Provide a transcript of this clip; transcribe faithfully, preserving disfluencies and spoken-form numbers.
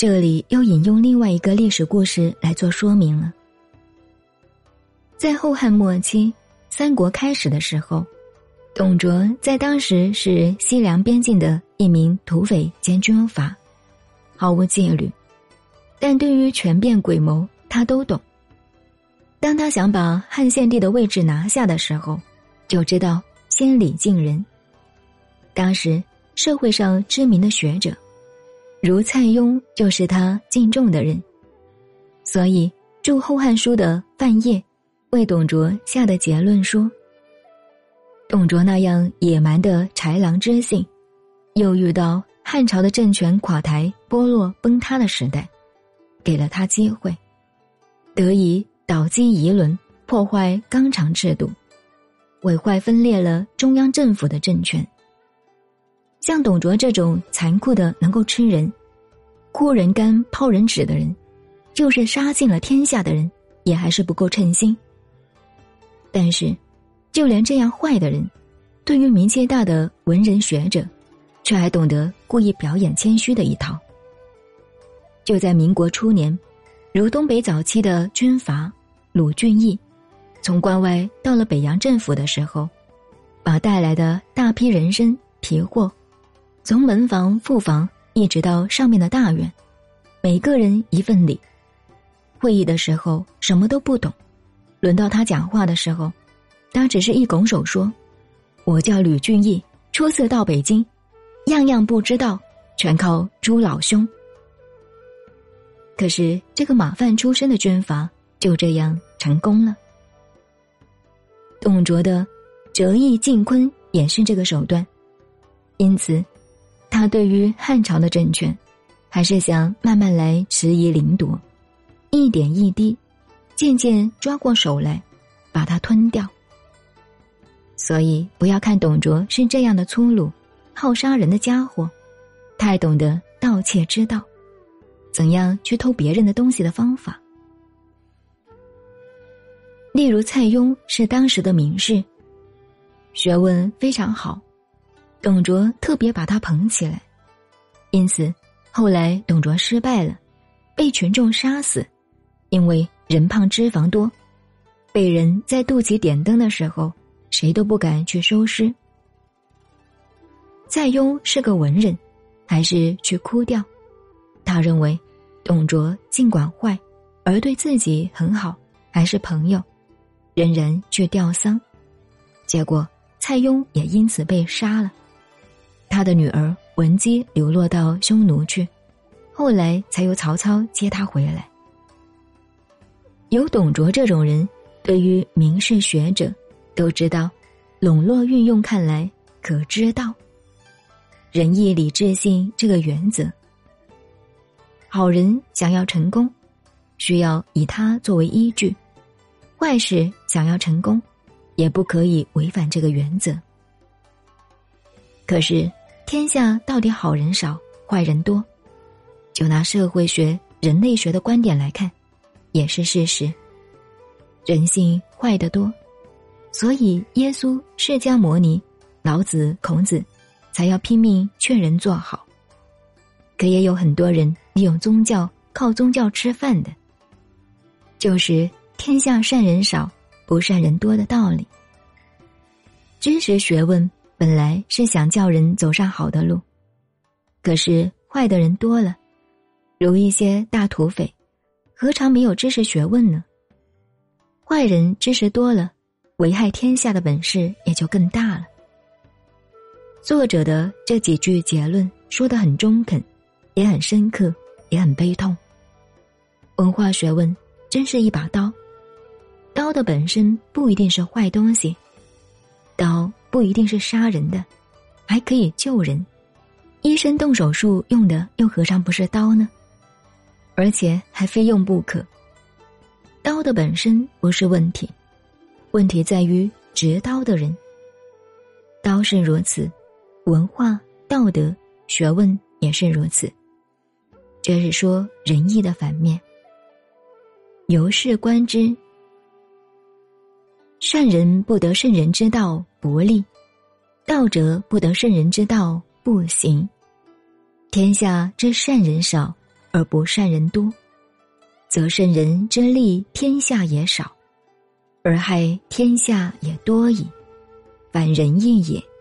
这里又引用另外一个历史故事来做说明了。在后汉末期，三国开始的时候，董卓在当时是西凉边境的一名土匪兼军阀，毫无纪律，但对于权变诡谋他都懂。当他想把汉献帝的位置拿下的时候，就知道先礼敬人。当时社会上知名的学者如蔡邕就是他敬重的人，所以著《后汉书》的范晔为董卓下的结论说，董卓那样野蛮的豺狼之性，又遇到汉朝的政权垮台剥落崩塌的时代，给了他机会，得以倒击夷伦，破坏纲常制度，毁坏分裂了中央政府的政权。像董卓这种残酷的能够吃人、哭人肝泡人脂的人，就是杀尽了天下的人，也还是不够称心。但是就连这样坏的人，对于名气大的文人学者，却还懂得故意表演谦虚的一套。就在民国初年，如东北早期的军阀鲁俊义，从关外到了北洋政府的时候，把带来的大批人参皮货，从门房副房一直到上面的大院，每个人一份礼。会议的时候什么都不懂，轮到他讲话的时候，他只是一拱手说，我叫吕俊义，初次到北京，样样不知道，全靠朱老兄。可是这个马贩出身的军阀就这样成功了。董卓的折翼进坤也是这个手段，因此他对于汉朝的政权还是想慢慢来迟疑凌夺，一点一滴渐渐抓过手来把它吞掉。所以不要看董卓是这样的粗鲁好杀人的家伙，他还懂得盗窃之道，怎样去偷别人的东西的方法。例如蔡邕是当时的名士，学问非常好，董卓特别把他捧起来，因此后来董卓失败了，被群众杀死，因为人胖脂肪多，被人在肚脐点灯的时候，谁都不敢去收尸。蔡邕是个文人，还是去哭掉。他认为董卓尽管坏，而对自己很好，还是朋友，仍然去吊丧。结果蔡邕也因此被杀了，他的女儿文姬流落到匈奴去，后来才由曹操接他回来。有董卓这种人，对于名士学者都知道笼络运用，看来可知道仁义礼智信这个原则。好人想要成功，需要以它作为依据，坏事想要成功，也不可以违反这个原则。可是天下到底好人少坏人多，就拿社会学人类学的观点来看，也是事实。人性坏得多，所以耶稣、释迦牟尼、老子、孔子才要拼命劝人做好。可也有很多人利用宗教，靠宗教吃饭的，就是天下善人少不善人多的道理。知识学问本来是想叫人走上好的路，可是坏的人多了，如一些大土匪，何尝没有知识学问呢？坏人知识多了，危害天下的本事也就更大了。作者的这几句结论说得很中肯，也很深刻，也很悲痛。文化学问真是一把刀，刀的本身不一定是坏东西，刀不一定是杀人的，还可以救人。医生动手术用的又何尝不是刀呢？而且还非用不可。刀的本身不是问题，问题在于执刀的人。刀是如此，文化、道德、学问也是如此。这是说仁义的反面。由是观之，善人不得圣人之道不立，道者不得圣人之道不行。天下之善人少， 而不善人多，则圣人之利天下也少，而害天下也多矣，反仁义也。